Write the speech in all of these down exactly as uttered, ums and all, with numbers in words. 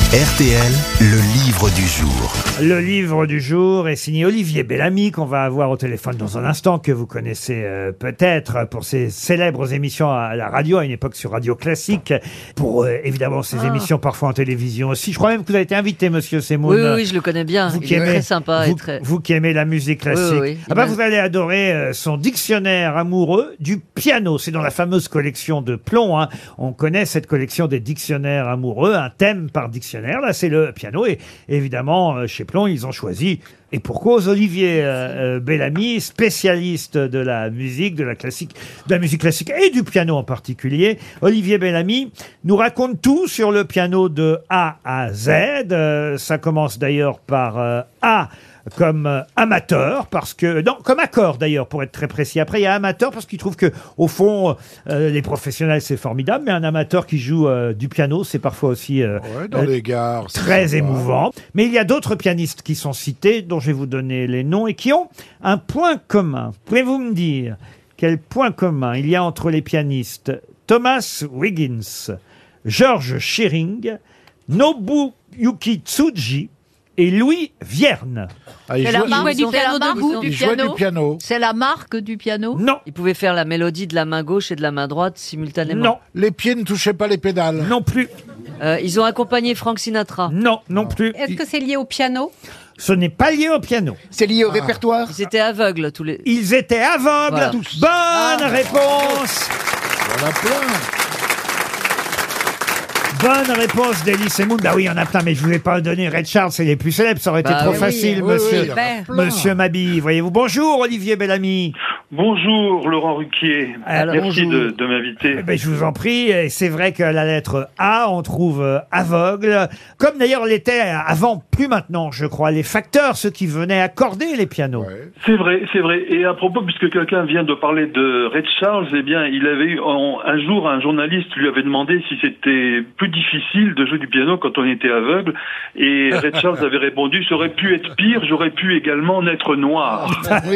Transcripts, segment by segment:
R T L, le livre du jour. Le livre du jour est signé Olivier Bellamy, qu'on va avoir au téléphone dans un instant, que vous connaissez euh, peut-être pour ses célèbres émissions à la radio, à une époque sur Radio Classique, pour euh, évidemment ses Ah. émissions parfois en télévision aussi. Je crois même que vous avez été invité, monsieur Semoun. Oui, oui, oui, je le connais bien. Vous Il qui est aimez, très sympa vous, et très... vous qui aimez la musique classique. Oui, oui, oui. Ah bah, Il m'a- vous allez adorer euh, son dictionnaire amoureux du piano. C'est dans la fameuse collection de Plomb, hein. On connaît cette collection des dictionnaires amoureux, un thème par dictionnaire. Là, c'est le piano. Et évidemment, euh, chez Plomb, ils ont choisi, et pour cause, Olivier euh, euh, Bellamy, spécialiste de la musique, de la classique, de la musique classique et du piano en particulier. Olivier Bellamy nous raconte tout sur le piano de A à Z. Euh, ça commence d'ailleurs par euh, A comme euh, amateur, parce que non, comme accord d'ailleurs, pour être très précis. Après, il y a amateur parce qu'il trouve que au fond, euh, les professionnels c'est formidable, mais un amateur qui joue euh, du piano, c'est parfois aussi euh, Ouais, dans euh, les gares. c'est très sympa. émouvant. Mais il y a d'autres pianistes qui sont cités, dont je vais vous donner les noms et qui ont un point commun. Pouvez-vous me dire quel point commun il y a entre les pianistes Thomas Wiggins, George Shearing, Nobuyuki Tsuji et Louis Vierne? Ah, il C'est jouait- la marque ils du ont- piano ils ont- debout il du jouait du piano. piano. C'est la marque du piano. Non, Il pouvait faire la mélodie de la main gauche et de la main droite simultanément. non, Les pieds ne touchaient pas les pédales. non plus, Euh, ils ont accompagné Frank Sinatra. non, non plus. Est-ce que c'est lié au piano? Ce n'est pas lié au piano. C'est lié au répertoire. Ils étaient aveugles tous les... Ils étaient aveugles. Voilà. Bonne Ah. réponse. Il y en a plein. Bonne réponse d'Elie Semoun. Bah oui, il y en a plein, mais je ne vous ai pas donné Red Charles, c'est les plus célèbres. Ça aurait été Bah trop oui, facile, oui, monsieur. oui, il y en a Ben, plein. Monsieur Mabille, voyez-vous. Bonjour, Olivier Bellamy. Bonjour Laurent Ruquier, Alors, merci bonjour. de, de m'inviter. Eh ben, je vous en prie. Et c'est vrai qu'à la lettre A, on trouve euh, aveugle. Comme d'ailleurs l'était avant, plus maintenant, je crois, les facteurs, ceux qui venaient accorder les pianos. Ouais. C'est vrai, c'est vrai. Et à propos, puisque quelqu'un vient de parler de Ray Charles, eh bien, il avait eu en- un jour un journaliste lui avait demandé si c'était plus difficile de jouer du piano quand on était aveugle, et Ray Charles avait répondu: ça aurait pu être pire, j'aurais pu également naître noir.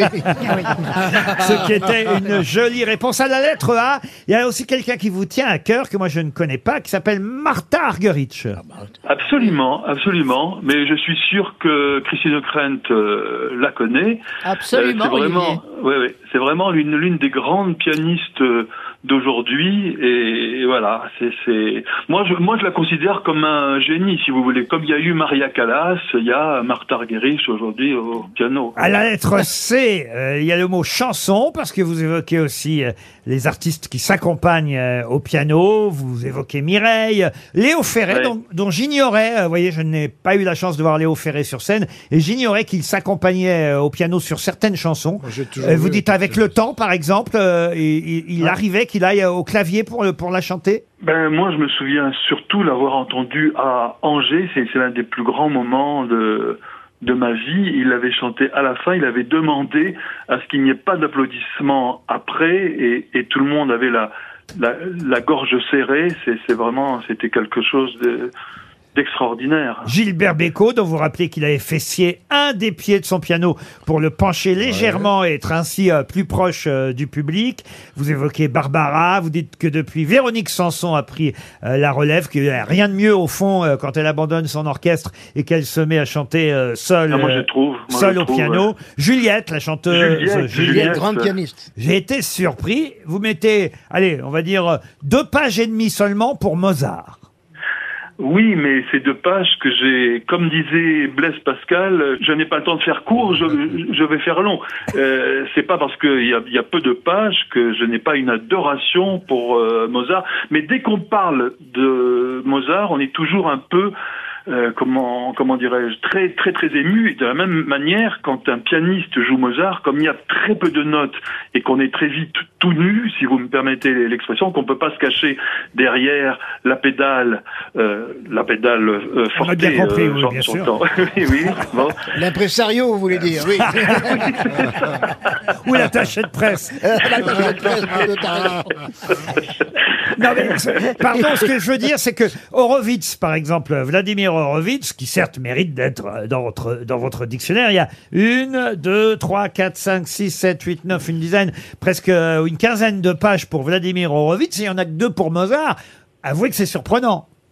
Ce qui était une jolie réponse à la lettre A. Il y a aussi quelqu'un qui vous tient à cœur, que moi je ne connais pas, qui s'appelle Martha Argerich. Absolument, absolument. Mais je suis sûr que Christine O'Krent euh, la connaît. Absolument, Euh, c'est vraiment, ouais, ouais, c'est vraiment l'une l'une des grandes pianistes euh, d'aujourd'hui, et, et voilà, c'est c'est moi je moi je la considère comme un génie, si vous voulez. Comme il y a eu Maria Callas, il y a Martha Argerich aujourd'hui au piano. À la lettre C, euh, il y a le mot chanson, parce que vous évoquez aussi euh, les artistes qui s'accompagnent euh, au piano. Vous évoquez Mireille, Léo Ferré, Ouais. dont, dont j'ignorais, euh, vous voyez, je n'ai pas eu la chance de voir Léo Ferré sur scène, et j'ignorais qu'il s'accompagnait euh, au piano sur certaines chansons. Moi, j'ai toujours Euh, vous vu, dites avec le temps, par exemple, euh, il, il- il Ah. arrivait qu'il aille euh, au clavier pour, le- pour la chanter? Ben moi je me souviens surtout l'avoir entendu à Angers, c'est c'est l'un des plus grands moments de de ma vie. Il avait chanté à la fin, il avait demandé à ce qu'il n'y ait pas d'applaudissements après, et, et tout le monde avait la la, la gorge serrée. C'est c'est vraiment, c'était quelque chose de d'extraordinaire. Gilbert Bécaud, dont vous rappelez qu'il avait fessier un des pieds de son piano pour le pencher légèrement et être ainsi euh, plus proche euh, du public. Vous évoquez Barbara, vous dites que depuis Véronique Sanson a pris euh, la relève, qu'il n'y a rien de mieux au fond euh, quand elle abandonne son orchestre et qu'elle se met à chanter euh, seule, Ah, moi je euh, trouve, moi, seule je au trouve, piano. ouais. Juliette, la chanteuse Juliette, Juliette. Grande pianiste. J'ai été surpris. Vous mettez, allez, on va dire euh, deux pages et demie seulement pour Mozart. Oui, mais c'est deux pages que j'ai, comme disait Blaise Pascal, euh, je n'ai pas le temps de faire court, je, je vais faire long. Euh, c'est pas parce qu'il y a, il y a peu de pages que je n'ai pas une adoration pour euh, Mozart. Mais dès qu'on parle de Mozart, on est toujours un peu, euh, comment comment dirais-je, très très très ému. Et de la même manière, quand un pianiste joue Mozart, comme il y a très peu de notes et qu'on est très vite tout nu, si vous me permettez l'expression, qu'on peut pas se cacher derrière la pédale, euh, la pédale euh, On a forte. bien compris, oui, j'en- bien sûr. j'entends. oui, oui. Bon. L'impresario, vous voulez dire, oui. Ou l'attaché de presse. Non, mais, c'est- pardon, ce que je veux dire, c'est que Horowitz, par exemple, Vladimir Horowitz, qui certes mérite d'être euh, dans votre, dans votre dictionnaire, il y a une, deux, trois, quatre, cinq, six, sept, huit, neuf, une dizaine, presque euh, une quinzaine de pages pour Vladimir Horowitz, et il n'y en a que deux pour Mozart. Avouez que c'est surprenant.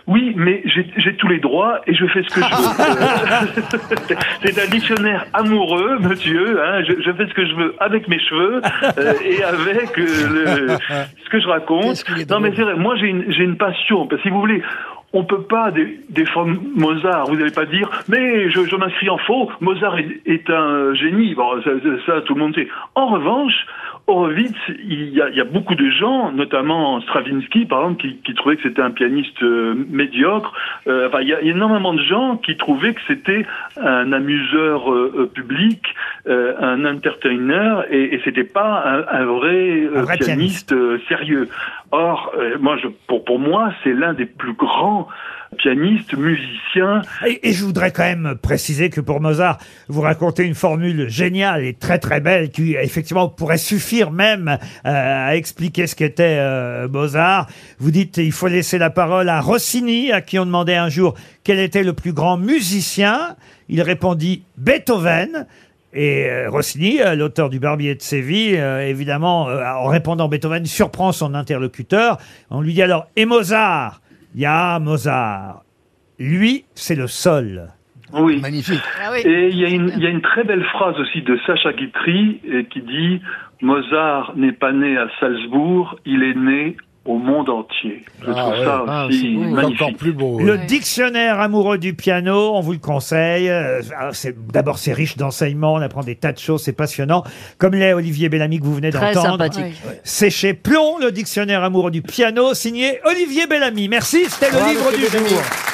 Oui, mais j'ai j'ai tous les droits et je fais ce que je veux. C'est un dictionnaire amoureux, monsieur. Hein, je, je fais ce que je veux avec mes cheveux euh, et avec euh, le, ce que je raconte. Non, mais c'est vrai. Moi, j'ai une, j'ai une passion. Parce que si vous voulez, on peut pas dé- défendre Mozart. Vous n'allez pas dire, mais je, je m'inscris en faux. Mozart est, est un génie. Bon, ça, ça, tout le monde sait. En revanche, Horowitz, il y, a, il y a beaucoup de gens, notamment Stravinsky, par exemple, qui, qui trouvaient que c'était un pianiste euh, médiocre. Euh, enfin, il y a énormément de gens qui trouvaient que c'était un amuseur euh, public, euh, un entertainer, et, et c'était pas un, un vrai, euh, Un vrai pianiste. pianiste euh, sérieux. Or, euh, moi, je, pour, pour moi, c'est l'un des plus grands pianistes, musiciens. Et, et je voudrais quand même préciser que pour Mozart, vous racontez une formule géniale et très très belle qui effectivement pourrait suffire même euh, à expliquer ce qu'était euh, Mozart. Vous dites il faut laisser la parole à Rossini, à qui on demandait un jour quel était le plus grand musicien. Il répondit Beethoven. Et euh, Rossini, euh, l'auteur du Barbier de Séville, euh, évidemment, euh, en répondant Beethoven, surprend son interlocuteur. On lui dit alors, et Mozart? Il y a Mozart. Lui, c'est le sol. Oui. Magnifique. Ah oui. Et il y a une, il y a une très belle phrase aussi de Sacha Guitry euh, qui dit « Mozart n'est pas né à Salzbourg, il est né au monde entier ». Je Ah trouve ouais. ça Ah, aussi c'est beau. C'est magnifique. encore plus beau. Le ouais. dictionnaire amoureux du piano, on vous le conseille. Euh, alors, c'est- D'abord, c'est riche d'enseignements, on apprend des tas de choses, c'est passionnant. Comme l'est Olivier Bellamy que vous venez Très d'entendre. sympathique. C'est chez Plomb, le dictionnaire amoureux du piano, signé Olivier Bellamy. Merci, c'était le Bravo, livre monsieur du Bellamy. jour.